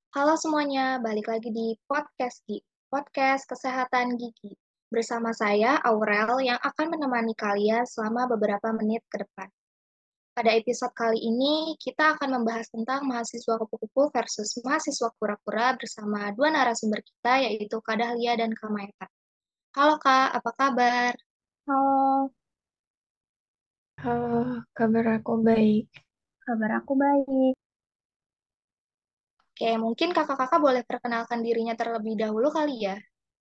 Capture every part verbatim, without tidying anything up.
Halo semuanya, balik lagi di podcast Gi, podcast kesehatan gigi. Bersama saya, Aurel, yang akan menemani kalian selama beberapa menit ke depan. Pada episode kali ini, kita akan membahas tentang mahasiswa kupu-kupu versus mahasiswa kura-kura bersama dua narasumber kita, yaitu Kak Dahlia dan Kak Maeta. Halo Kak, apa kabar? Halo, Halo, kabar aku baik. kabar aku baik. Oke, mungkin kakak-kakak boleh perkenalkan dirinya terlebih dahulu kali ya.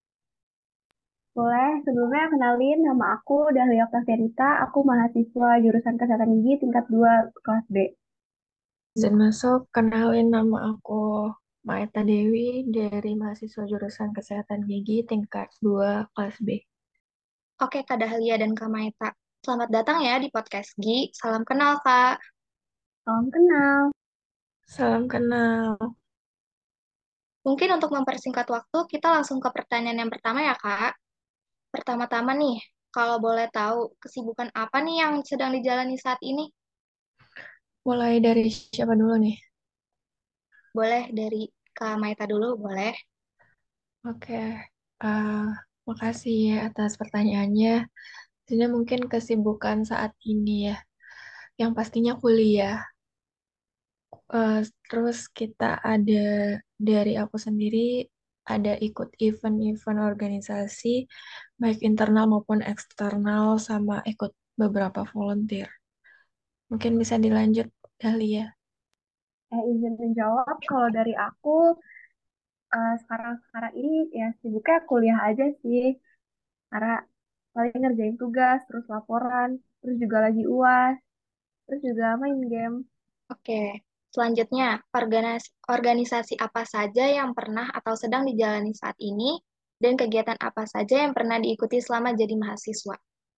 Boleh, sebelumnya kenalin nama aku Dahlia Praserita, aku mahasiswa jurusan Kesehatan Gigi tingkat dua kelas B. Izin masuk, kenalin nama aku Maeta Dewi dari mahasiswa jurusan Kesehatan Gigi tingkat dua kelas B. Oke, Kak Dahlia dan Kak Maeta. Selamat datang ya di podcast Gi. Salam kenal, Kak. Salam kenal. Salam kenal. Mungkin untuk mempersingkat waktu, kita langsung ke pertanyaan yang pertama ya, Kak. Pertama-tama nih, kalau boleh tahu, kesibukan apa nih yang sedang dijalani saat ini? Mulai dari siapa dulu nih? Boleh dari Kak Maeta dulu, boleh. Oke, eh, makasih ya atas pertanyaannya. Jadi mungkin kesibukan saat ini ya, yang pastinya kuliah. Eh, Terus kita ada dari aku sendiri ada ikut event-event organisasi baik internal maupun eksternal sama ikut beberapa volunteer. Mungkin bisa dilanjut kali ya. Eh, izin menjawab, kalau dari aku eh, sekarang-sekarang ini ya sibuknya kuliah aja sih, karena paling ngerjain tugas, terus laporan, terus juga lagi U A S, terus juga main game. Oke, selanjutnya, organis- organisasi apa saja yang pernah atau sedang dijalani saat ini, dan kegiatan apa saja yang pernah diikuti selama jadi mahasiswa?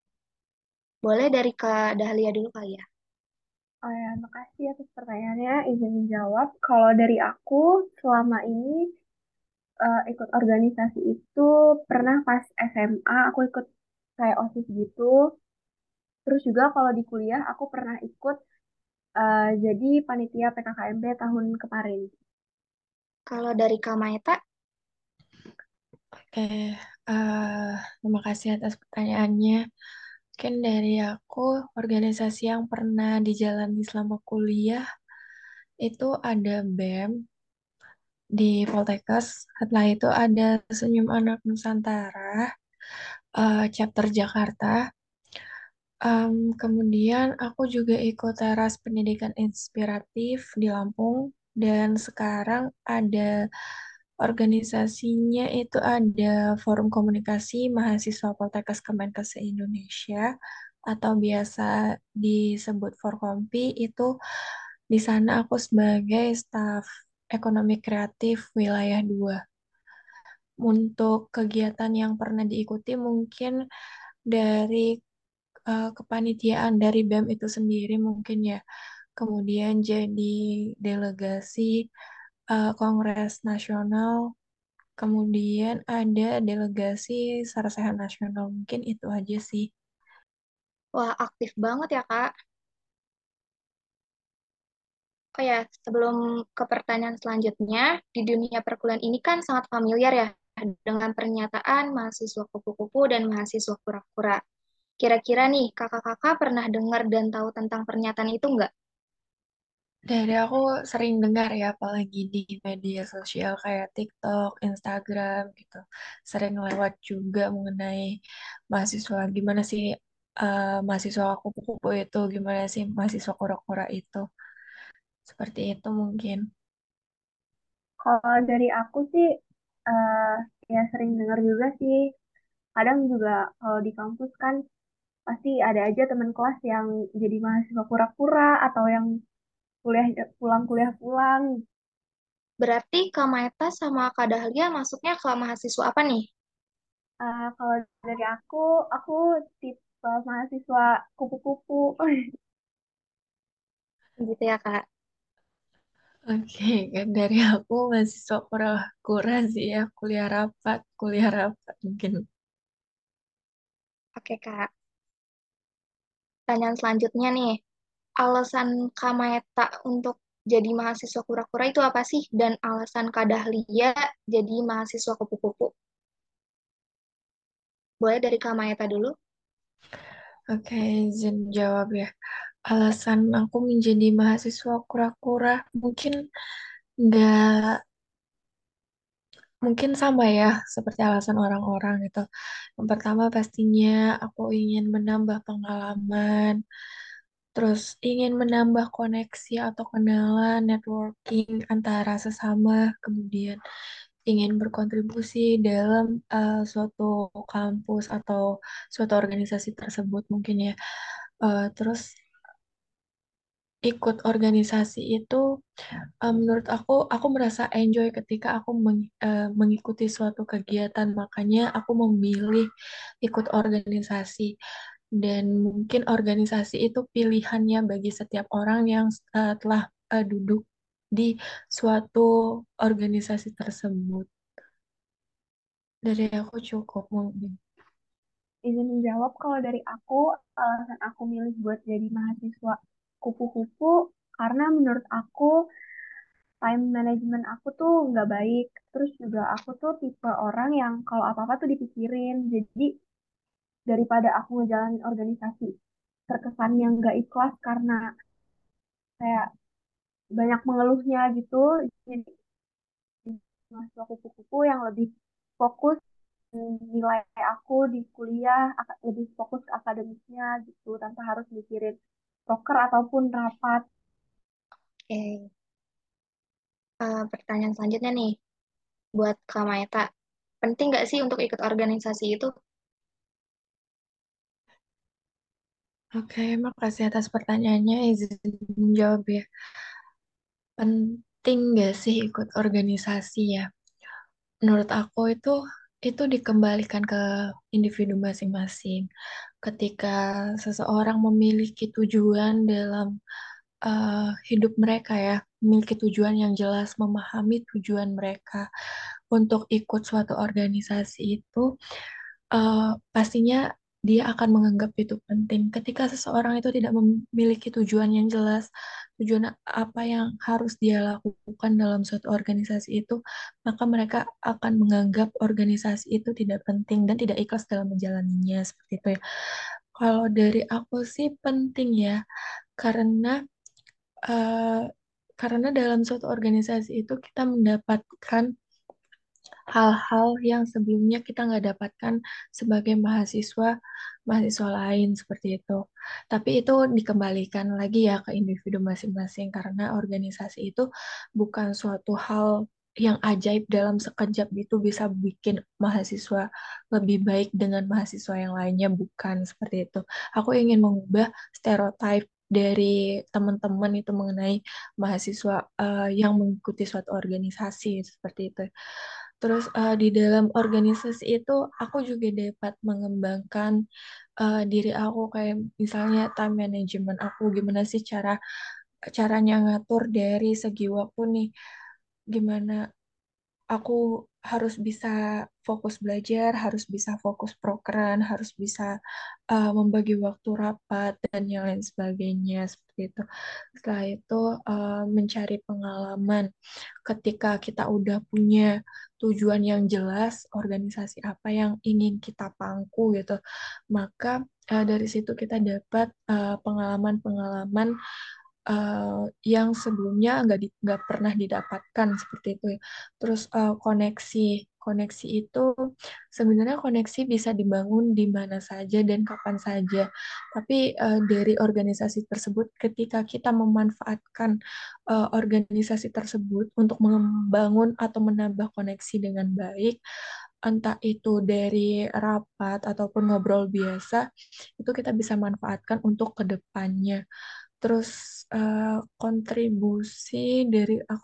Boleh dari Kak Dahlia dulu kali ya. Oh ya, makasih atas pertanyaannya, izin menjawab. Kalau dari aku, selama ini eh, ikut organisasi itu pernah pas S M A aku ikut kayak OSIS gitu. Terus juga kalau di kuliah aku pernah ikut eh, jadi panitia P K K M B tahun kemarin. Kalau dari Kak Maeta, Oke, eh, terima kasih atas pertanyaannya. Mungkin dari aku, organisasi yang pernah dijalani selama kuliah itu ada BEM di Poltekkes. Setelah itu ada Senyum Anak Nusantara, eh, chapter Jakarta. Em, kemudian aku juga ikut teras pendidikan inspiratif di Lampung dan sekarang ada organisasinya itu ada Forum Komunikasi Mahasiswa Poltekkes Kemenkes Indonesia atau biasa disebut Forkompi. Itu di sana aku sebagai staf ekonomi kreatif wilayah dua. Untuk kegiatan yang pernah diikuti mungkin dari eh, kepanitiaan dari BEM itu sendiri mungkin ya. Kemudian jadi delegasi eh, Kongres Nasional, kemudian ada delegasi Sarsehan Nasional. Mungkin itu aja sih. wah aktif banget ya Kak. Oh ya, sebelum ke pertanyaan selanjutnya, di dunia perkuliahan ini kan sangat familiar ya dengan pernyataan mahasiswa kupu-kupu dan mahasiswa kura-kura. Kira-kira nih, kakak-kakak pernah dengar dan tahu tentang pernyataan itu nggak? Dari aku sering dengar ya, apalagi di media sosial kayak TikTok, Instagram gitu. Sering lewat juga mengenai mahasiswa, gimana sih eh, mahasiswa kupu-kupu itu, gimana sih mahasiswa kura-kura itu. Seperti itu mungkin. Kalau dari aku sih eh, ya sering dengar juga sih. Kadang juga kalau di kampus kan pasti ada aja teman kelas yang jadi mahasiswa pura-pura atau yang kuliah pulang kuliah pulang. Berarti Kak Maeta sama Kak Dahlia masuknya ke mahasiswa apa nih? Eh, kalau dari aku, aku tipe mahasiswa kupu-kupu. Gitu ya Kak. Oke, kan dari aku mahasiswa kura-kura sih ya, kuliah rapat, kuliah rapat mungkin. Oke Kak. Pertanyaan selanjutnya nih, alasan Kak Maeta untuk jadi mahasiswa kura-kura itu apa sih? Dan alasan Kak Dahlia jadi mahasiswa kupu-kupu? Boleh dari Kak Mayeta dulu? Oke, izin jawab ya. Alasan aku menjadi mahasiswa kura-kura mungkin nggak mungkin sama ya seperti alasan orang-orang gitu. Yang pertama pastinya aku ingin menambah pengalaman, terus ingin menambah koneksi atau kenalan, networking antara sesama, kemudian ingin berkontribusi dalam eh, suatu kampus atau suatu organisasi tersebut mungkin ya. Eh, terus ikut organisasi itu eh, menurut aku aku merasa enjoy ketika aku meng- eh, mengikuti suatu kegiatan, makanya aku memilih ikut organisasi. Dan mungkin organisasi itu pilihannya bagi setiap orang yang eh, telah eh, duduk di suatu organisasi tersebut. Dari aku cukup mungkin. Izin menjawab, kalau dari aku, alasan aku milih buat jadi mahasiswa kupu-kupu, karena menurut aku, time management aku tuh nggak baik. Terus juga aku tuh tipe orang yang kalau apa-apa tuh dipikirin. Jadi, daripada aku ngejalanin organisasi, terkesan yang nggak ikhlas karena kayak banyak mengeluhnya gitu. Jadi, mahasiswa kupu-kupu yang lebih fokus nilai aku di kuliah, aka- lebih fokus ke akademiknya gitu tanpa harus mikirin proker ataupun rapat. Oke. Eh, pertanyaan selanjutnya nih, buat Kak Mayeta. Penting nggak sih untuk ikut organisasi itu? Oke, makasih atas pertanyaannya. Izin menjawab ya. Penting nggak sih ikut organisasi ya? Menurut aku itu itu dikembalikan ke individu masing-masing. Ketika seseorang memiliki tujuan dalam eh, hidup mereka ya, memiliki tujuan yang jelas, memahami tujuan mereka untuk ikut suatu organisasi itu, eh, pastinya dia akan menganggap itu penting. Ketika seseorang itu tidak memiliki tujuan yang jelas, tujuan apa yang harus dia lakukan dalam suatu organisasi itu, maka mereka akan menganggap organisasi itu tidak penting dan tidak ikhlas dalam menjalaninya seperti itu ya. Kalau dari aku sih penting ya, karena eh, karena dalam suatu organisasi itu kita mendapatkan hal-hal yang sebelumnya kita nggak dapatkan sebagai mahasiswa mahasiswa lain seperti itu. Tapi itu dikembalikan lagi ya ke individu masing-masing karena organisasi itu bukan suatu hal yang ajaib dalam sekejap itu bisa bikin mahasiswa lebih baik dengan mahasiswa yang lainnya, bukan seperti itu. Aku ingin mengubah stereotip dari teman-teman itu mengenai mahasiswa eh, yang mengikuti suatu organisasi seperti itu. Terus eh, di dalam organisasi itu aku juga dapat mengembangkan eh, diri aku kayak misalnya time management aku gimana sih cara caranya ngatur dari segi waktu nih gimana aku harus bisa fokus belajar, harus bisa fokus prokeran, harus bisa uh, membagi waktu rapat dan yang lain sebagainya seperti itu. Setelah itu uh, mencari pengalaman ketika kita udah punya tujuan yang jelas, organisasi apa yang ingin kita pangku gitu, maka uh, dari situ kita dapat uh, pengalaman-pengalaman uh, yang sebelumnya nggak di- nggak pernah didapatkan seperti itu ya. Terus uh, koneksi, koneksi itu sebenarnya koneksi bisa dibangun di mana saja dan kapan saja. Tapi uh, dari organisasi tersebut, ketika kita memanfaatkan uh, organisasi tersebut untuk membangun atau menambah koneksi dengan baik, entah itu dari rapat ataupun ngobrol biasa, itu kita bisa manfaatkan untuk kedepannya. Terus eh, kontribusi dari aku,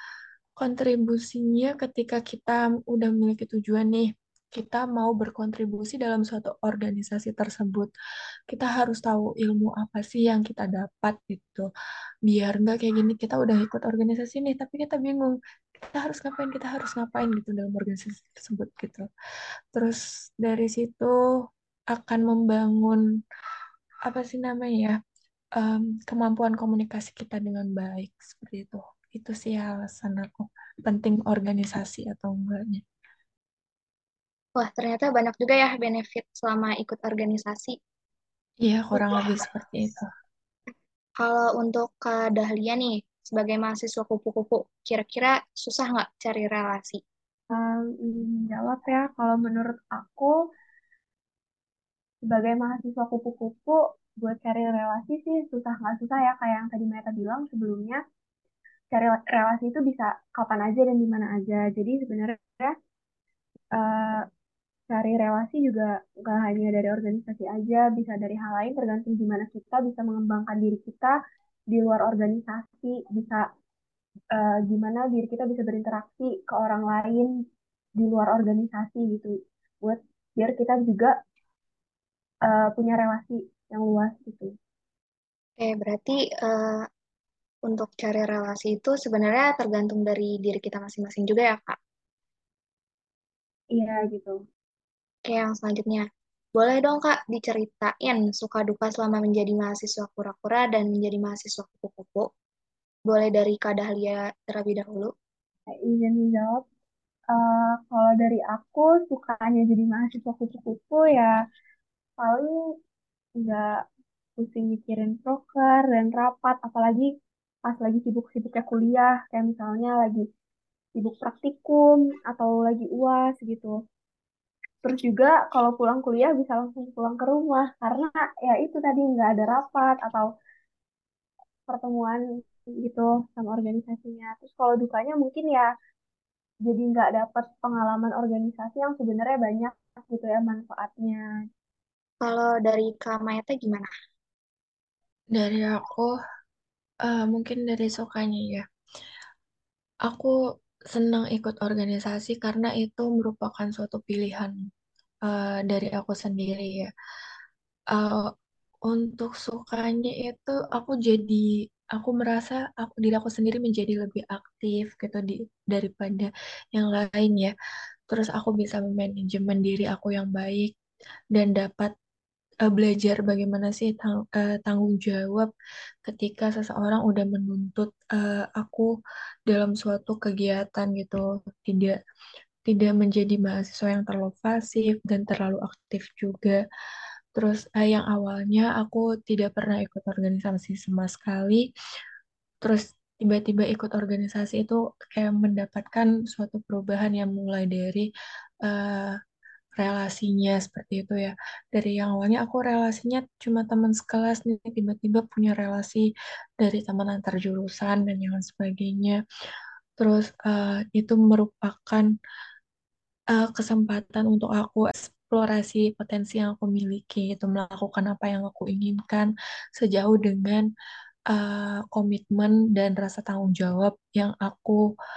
kontribusinya ketika kita udah memiliki tujuan nih, kita mau berkontribusi dalam suatu organisasi tersebut. Kita harus tahu ilmu apa sih yang kita dapat gitu. Biar nggak kayak gini, kita udah ikut organisasi nih, tapi kita bingung. Kita harus ngapain, kita harus ngapain gitu dalam organisasi tersebut gitu. Terus dari situ akan membangun apa sih namanya ya? em, kemampuan komunikasi kita dengan baik seperti itu. Itu sih alasan aku penting organisasi atau enggaknya. Wah, ternyata banyak juga ya benefit selama ikut organisasi. Iya, kurang lebih seperti itu. Kalau untuk Kak Dahlia nih, sebagai mahasiswa kupu-kupu, kira-kira susah nggak cari relasi? Um, ingin jawab ya, kalau menurut aku sebagai mahasiswa kupu-kupu buat cari relasi sih susah nggak susah ya kayak yang tadi Meta bilang sebelumnya cari relasi itu bisa kapan aja dan di mana aja. Jadi sebenarnya eh, cari relasi juga nggak hanya dari organisasi aja, bisa dari hal lain tergantung gimana kita bisa mengembangkan diri kita di luar organisasi, bisa eh, gimana diri kita bisa berinteraksi ke orang lain di luar organisasi gitu. Buat biar kita juga eh, punya relasi yang luas gitu. Oke, berarti eh, untuk cari relasi itu sebenarnya tergantung dari diri kita masing-masing juga ya, Kak. Iya gitu. Oke, yang selanjutnya. Boleh dong, Kak, diceritain suka duka selama menjadi mahasiswa kura-kura dan menjadi mahasiswa kupu-kupu? Boleh dari Kak Dahlia terlebih dahulu. Nah, izin menjawab. Eh, kalau dari aku sukanya jadi mahasiswa kupu-kupu ya paling nggak pusing mikirin proker dan rapat, apalagi pas lagi sibuk-sibuknya kuliah, kayak misalnya lagi sibuk praktikum atau lagi U A S gitu. Terus juga kalau pulang kuliah bisa langsung pulang ke rumah karena ya itu tadi nggak ada rapat atau pertemuan gitu sama organisasinya. Terus kalau dukanya mungkin ya jadi nggak dapat pengalaman organisasi yang sebenarnya banyak gitu ya manfaatnya. Kalau dari Kak Mayate gimana? Dari aku, eh, mungkin dari sukanya ya. Aku senang ikut organisasi karena itu merupakan suatu pilihan eh, dari aku sendiri ya. Eh, untuk sukanya itu aku jadi aku merasa aku diri aku sendiri menjadi lebih aktif gitu di daripada yang lain ya. Terus aku bisa memanajemen diri aku yang baik dan dapat eh, belajar bagaimana sih tang- eh, tanggung jawab ketika seseorang udah menuntut eh, aku dalam suatu kegiatan gitu. Tidak tidak menjadi mahasiswa yang terlalu pasif dan terlalu aktif juga. Terus eh, yang awalnya aku tidak pernah ikut organisasi sama sekali, terus tiba-tiba ikut organisasi itu kayak mendapatkan suatu perubahan yang mulai dari eh, relasinya seperti itu ya. Dari yang awalnya aku relasinya cuma teman sekelas nih, tiba-tiba punya relasi dari teman antar jurusan dan yang sebagainya. Terus eh, itu merupakan eh, kesempatan untuk aku eksplorasi potensi yang aku miliki, itu melakukan apa yang aku inginkan sejauh dengan eh, komitmen dan rasa tanggung jawab yang aku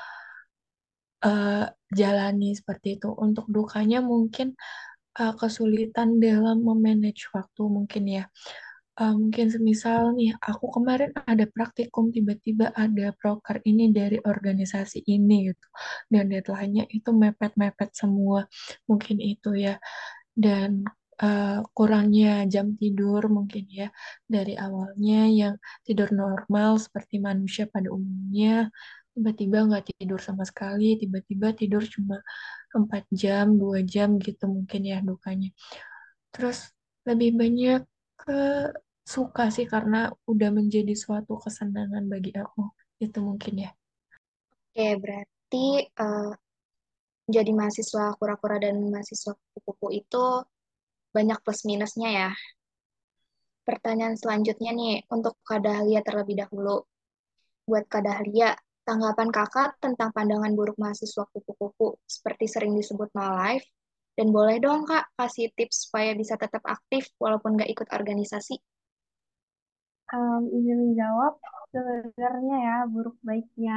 eh, jalani seperti itu. Untuk dukanya mungkin eh, kesulitan dalam memanage waktu mungkin ya. Eh, mungkin semisal nih, aku kemarin ada praktikum, tiba-tiba ada proker ini dari organisasi ini gitu. Dan deadline-nya itu mepet-mepet semua. Mungkin itu ya. Dan eh, kurangnya jam tidur mungkin ya. Dari awalnya yang tidur normal seperti manusia pada umumnya, tiba-tiba nggak tidur sama sekali, tiba-tiba tidur cuma empat jam, dua jam gitu mungkin ya dukanya. Terus lebih banyak ke suka sih karena udah menjadi suatu kesenangan bagi aku. Itu mungkin ya. Oke, berarti eh, jadi mahasiswa kura-kura dan mahasiswa kupu-kupu itu banyak plus minusnya ya. Pertanyaan selanjutnya nih, untuk Kak Dahlia terlebih dahulu. Buat Kak Dahlia, tanggapan kakak tentang pandangan buruk mahasiswa kupu-kupu seperti sering disebut no life, dan boleh dong Kak kasih tips supaya bisa tetap aktif walaupun nggak ikut organisasi. Um, izin menjawab sebenarnya ya buruk baiknya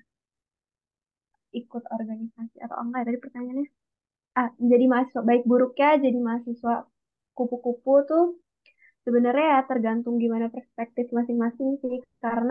ikut organisasi atau enggak ya, tadi pertanyaannya ah jadi mahasiswa baik buruknya jadi mahasiswa kupu-kupu tuh sebenarnya ya tergantung gimana perspektif masing-masing sih karena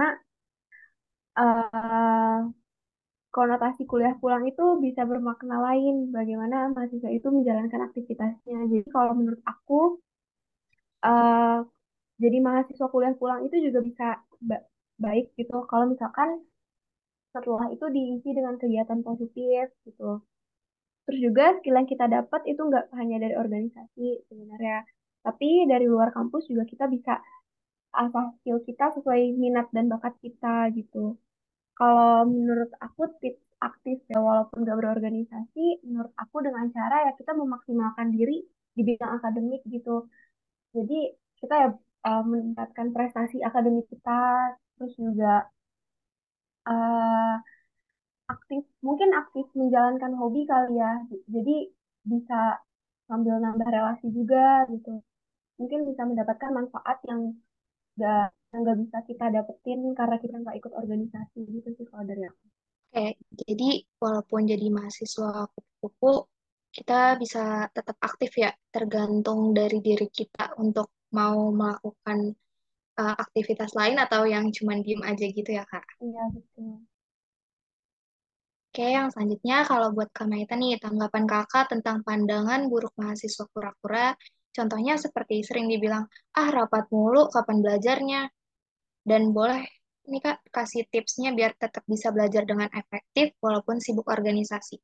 eh konotasi kuliah pulang itu bisa bermakna lain bagaimana mahasiswa itu menjalankan aktivitasnya. Jadi kalau menurut aku Jadi mahasiswa kuliah pulang itu juga bisa ba- baik gitu. Kalau misalkan setelah itu diisi dengan kegiatan positif gitu. Terus juga skill yang kita dapat itu nggak hanya dari organisasi sebenarnya, tapi dari luar kampus juga kita bisa asah skill kita sesuai minat dan bakat kita gitu. Kalau menurut aku tips aktif ya walaupun nggak berorganisasi, menurut aku dengan cara ya kita memaksimalkan diri di bidang akademik gitu. Jadi kita ya uh, meningkatkan prestasi akademik kita, terus juga uh, aktif, mungkin aktif menjalankan hobi kali ya. Jadi bisa sambil nambah relasi juga gitu. Mungkin bisa mendapatkan manfaat yang nggak yang nggak bisa kita dapetin karena kita nggak ikut organisasi gitu sih kalau dari aku. Oke, jadi walaupun jadi mahasiswa kupu-kupu, kita bisa tetap aktif ya, tergantung dari diri kita untuk mau melakukan uh, aktivitas lain atau yang cuma diem aja gitu ya, Kak. Iya betul. Oke, yang selanjutnya kalau buat Kak Maita nih, tanggapan kakak tentang pandangan buruk mahasiswa kura-kura, contohnya seperti sering dibilang, ah rapat mulu, kapan belajarnya? Dan boleh nih Kak, kasih tipsnya biar tetap bisa belajar dengan efektif walaupun sibuk organisasi.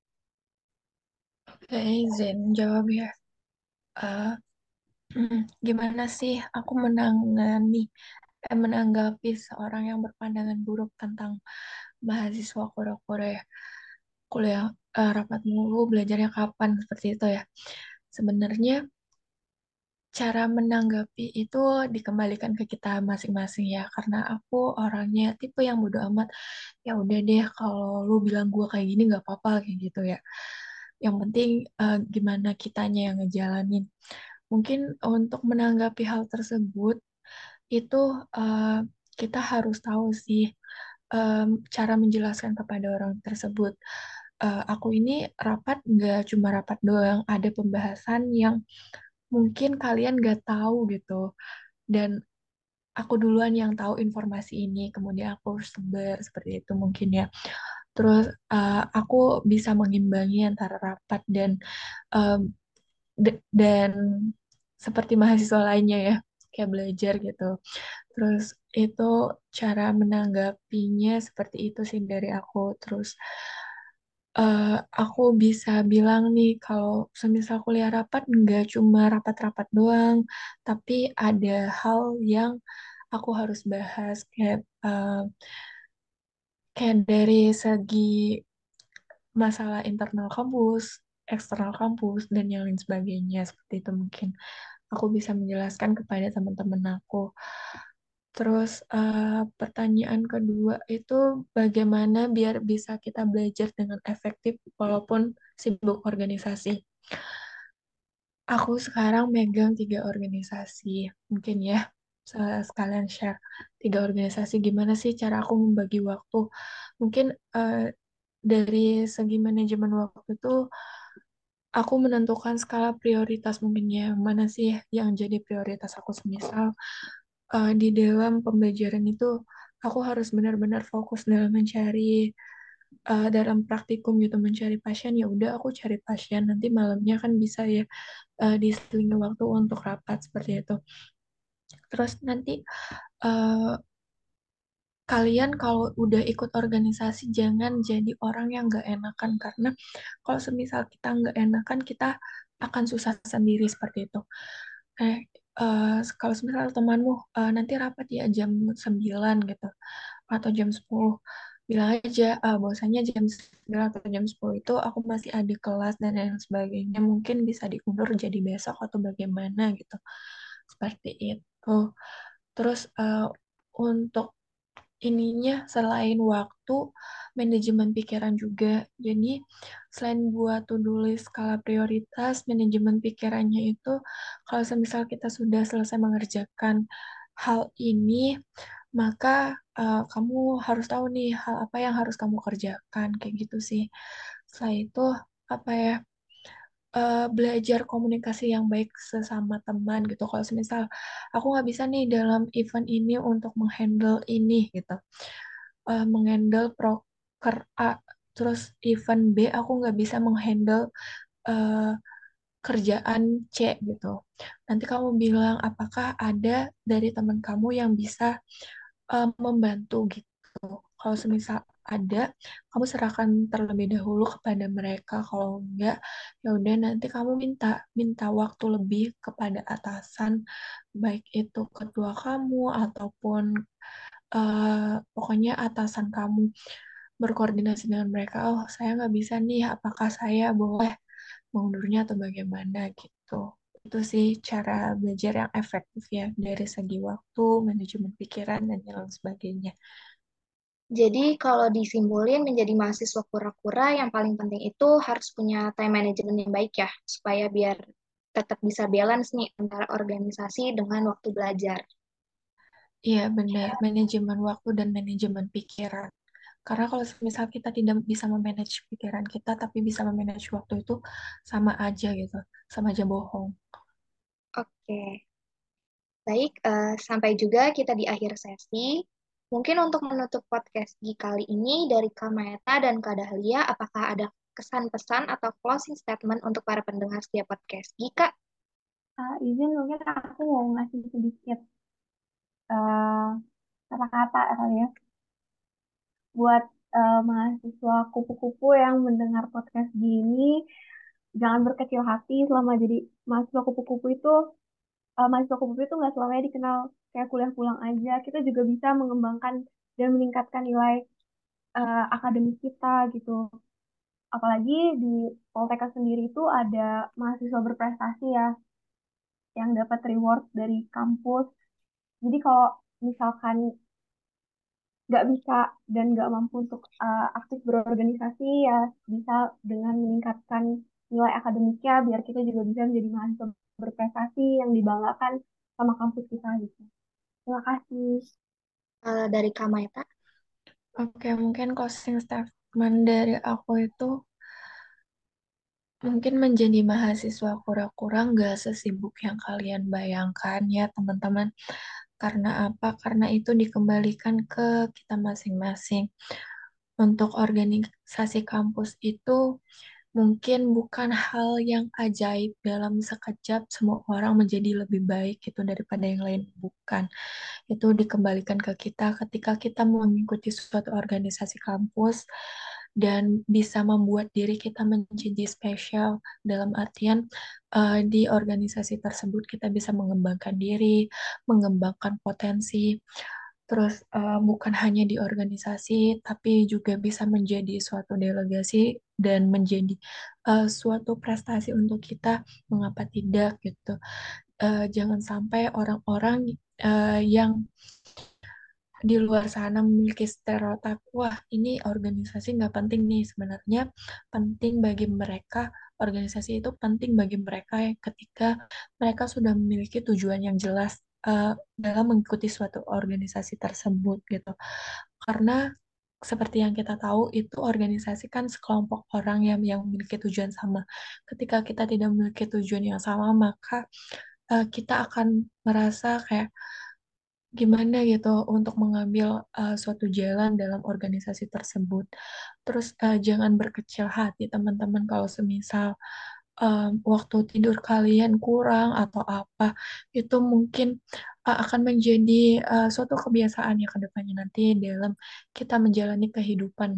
Oke, izin jawab ya. Eh, Gimana sih aku menangani, eh, menanggapi seorang yang berpandangan buruk tentang mahasiswa kura-kura ya? Kuliah eh, rapat mulu, belajarnya kapan, seperti itu ya. Sebenarnya cara menanggapi itu dikembalikan ke kita masing-masing ya, karena aku orangnya tipe yang bodo amat. Ya udah deh, kalau lu bilang gue kayak gini nggak apa-apa kayak gitu ya. Yang penting eh, gimana kitanya yang ngejalanin. Mungkin untuk menanggapi hal tersebut itu eh, kita harus tahu sih em, cara menjelaskan kepada orang tersebut. Eh, aku ini rapat nggak cuma rapat doang, ada pembahasan yang mungkin kalian nggak tahu gitu. Dan aku duluan yang tahu informasi ini, kemudian aku sebar seperti itu mungkin ya. Terus eh, aku bisa mengimbangi antara rapat dan em, d- dan seperti mahasiswa lainnya ya, kayak belajar gitu. Terus itu cara menanggapinya seperti itu sih dari aku. Terus eh, aku bisa bilang nih kalau semisal kuliah rapat nggak cuma rapat-rapat doang, tapi ada hal yang aku harus bahas kayak eh, kayak dari segi masalah internal kampus, eksternal kampus, dan yang lain sebagainya seperti itu mungkin aku bisa menjelaskan kepada teman-teman aku. Terus eh, pertanyaan kedua itu bagaimana biar bisa kita belajar dengan efektif walaupun sibuk organisasi. Aku sekarang megang tiga organisasi, mungkin ya se- sekalian share tiga organisasi gimana sih cara aku membagi waktu. Mungkin eh, dari segi manajemen waktu itu aku menentukan skala prioritas mungkin ya, yang mana sih yang jadi prioritas aku semisal eh, di dalam pembelajaran itu aku harus benar-benar fokus dalam mencari eh, dalam praktikum gitu mencari pasien ya udah aku cari pasien nanti malamnya kan bisa ya eh, diselingi waktu untuk rapat seperti itu. Terus nanti eh, kalian kalau udah ikut organisasi jangan jadi orang yang nggak enakan karena kalau semisal kita nggak enakan kita akan susah sendiri seperti itu. Eh, eh, Kalau semisal temanmu eh, nanti rapat ya jam sembilan gitu atau jam sepuluh bilang aja ah bahwasanya jam sembilan atau jam sepuluh itu aku masih ada kelas dan lain sebagainya mungkin bisa diundur jadi besok atau bagaimana gitu. Seperti itu. Terus eh, untuk ininya selain waktu, manajemen pikiran juga. Jadi selain buat to-do list skala prioritas, manajemen pikirannya itu kalau semisal kita sudah selesai mengerjakan hal ini, maka eh, kamu harus tahu nih hal apa yang harus kamu kerjakan kayak gitu sih. Setelah itu apa ya? eh, belajar komunikasi yang baik sesama teman gitu. Kalau semisal aku nggak bisa nih dalam event ini untuk menghandle ini gitu, eh, menghandle proker A, terus event B aku nggak bisa menghandle kerjaan C gitu. Nanti kamu bilang apakah ada dari teman kamu yang bisa eh, membantu gitu. Kalau semisal ada, kamu serahkan terlebih dahulu kepada mereka. Kalau enggak, ya udah nanti kamu minta minta waktu lebih kepada atasan, baik itu ketua kamu ataupun eh, pokoknya atasan kamu berkoordinasi dengan mereka. Oh, saya nggak bisa nih. Apakah saya boleh mengundurnya atau bagaimana gitu. Itu sih cara belajar yang efektif ya dari segi waktu, manajemen pikiran, dan yang lain sebagainya. Jadi kalau disimpulin menjadi mahasiswa kura-kura yang paling penting itu harus punya time management yang baik ya, supaya biar tetap bisa balance nih antara organisasi dengan waktu belajar. Iya benar, manajemen waktu dan manajemen pikiran. Karena kalau misal kita tidak bisa memanage pikiran kita, tapi bisa memanage waktu itu sama aja gitu, sama aja bohong. Oke, baik. Eh, sampai juga kita di akhir sesi. Mungkin untuk menutup podcast di kali ini dari Kak Maeta dan Kak Dahlia, apakah ada kesan pesan atau closing statement untuk para pendengar setiap podcast? Gika, Uh, izin mungkin aku mau ngasih sedikit uh, kata-kata kali ya buat uh, mahasiswa kupu-kupu yang mendengar podcast gini, jangan berkecil hati selama jadi mahasiswa kupu-kupu itu. Uh, mahasiswa kupu-kupu itu nggak selamanya dikenal kayak kuliah pulang aja. Kita juga bisa mengembangkan dan meningkatkan nilai uh, akademik kita gitu. Apalagi di Poltekkes sendiri itu ada mahasiswa berprestasi ya, yang dapat reward dari kampus. Jadi kalau misalkan nggak bisa dan nggak mampu untuk uh, aktif berorganisasi, ya bisa dengan meningkatkan nilai akademiknya biar kita juga bisa menjadi mahasiswa berprestasi yang dibanggakan sama kampus kita gitu. Terima kasih. eh, dari Kak Maeta. Oke, mungkin closing statement dari aku itu mungkin menjadi mahasiswa kura-kura nggak sesibuk yang kalian bayangkan ya teman-teman. Karena apa? Karena itu dikembalikan ke kita masing-masing. Untuk organisasi kampus itu mungkin bukan hal yang ajaib dalam sekejap semua orang menjadi lebih baik gitu daripada yang lain. Bukan. Itu dikembalikan ke kita ketika kita mengikuti suatu organisasi kampus dan bisa membuat diri kita menjadi spesial dalam artian eh, di organisasi tersebut kita bisa mengembangkan diri, mengembangkan potensi. Terus eh, bukan hanya di organisasi, tapi juga bisa menjadi suatu delegasi dan menjadi eh, suatu prestasi untuk kita. Mengapa tidak gitu? Eh, jangan sampai orang-orang eh, yang di luar sana memiliki stereotip, wah ini organisasi nggak penting nih. Sebenarnya penting bagi mereka, organisasi itu penting bagi mereka yang ketika mereka sudah memiliki tujuan yang jelas eh, dalam mengikuti suatu organisasi tersebut gitu. Karena seperti yang kita tahu itu organisasi kan sekelompok orang yang yang memiliki tujuan sama. Ketika kita tidak memiliki tujuan yang sama, maka eh, kita akan merasa kayak gimana gitu untuk mengambil uh, suatu jalan dalam organisasi tersebut. Terus uh, jangan berkecil hati teman-teman kalau semisal um, waktu tidur kalian kurang atau apa, itu mungkin uh, akan menjadi uh, suatu kebiasaan ya ke depannya nanti dalam kita menjalani kehidupan.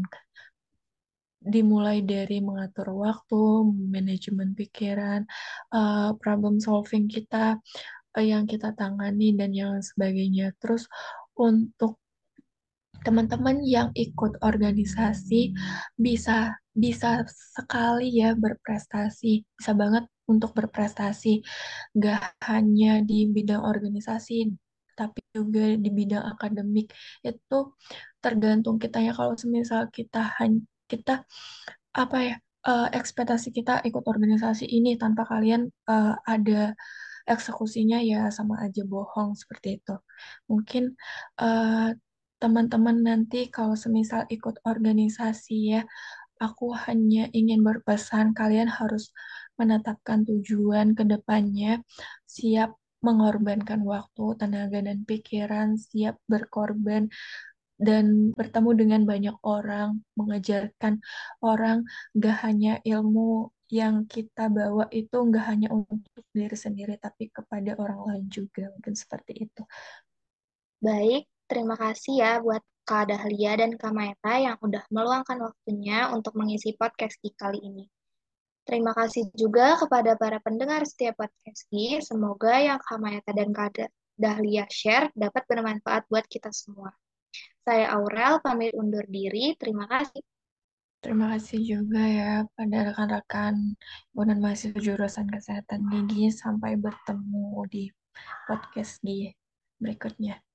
Dimulai dari mengatur waktu, manajemen pikiran, uh, problem solving kita eh, yang kita tangani dan yang sebagainya. Terus untuk teman-teman yang ikut organisasi bisa bisa sekali ya berprestasi, bisa banget untuk berprestasi, gak hanya di bidang organisasi, tapi juga di bidang akademik. Itu tergantung kitanya. Kalau semisal kita hanya kita apa ya eh, ekspektasi kita ikut organisasi ini tanpa kalian eh, ada eksekusinya ya sama aja bohong seperti itu. Mungkin eh, teman-teman nanti kalau semisal ikut organisasi ya, aku hanya ingin berpesan kalian harus menetapkan tujuan ke depannya, siap mengorbankan waktu, tenaga, dan pikiran, siap berkorban dan bertemu dengan banyak orang, mengajarkan orang gak hanya ilmu yang kita bawa itu nggak hanya untuk diri sendiri, tapi kepada orang lain juga. Mungkin seperti itu. Baik, terima kasih ya buat Kak Dahlia dan Kak Maeta yang udah meluangkan waktunya untuk mengisi podcast Gi kali ini. Terima kasih juga kepada para pendengar setiap podcast Gi. Semoga yang Kak Maeta dan Kak Dahlia share dapat bermanfaat buat kita semua. Saya Aurel, pamit undur diri. Terima kasih. Terima kasih juga ya pada rekan-rekan himpunan mahasiswa jurusan kesehatan gigi. Sampai bertemu di podcast di berikutnya.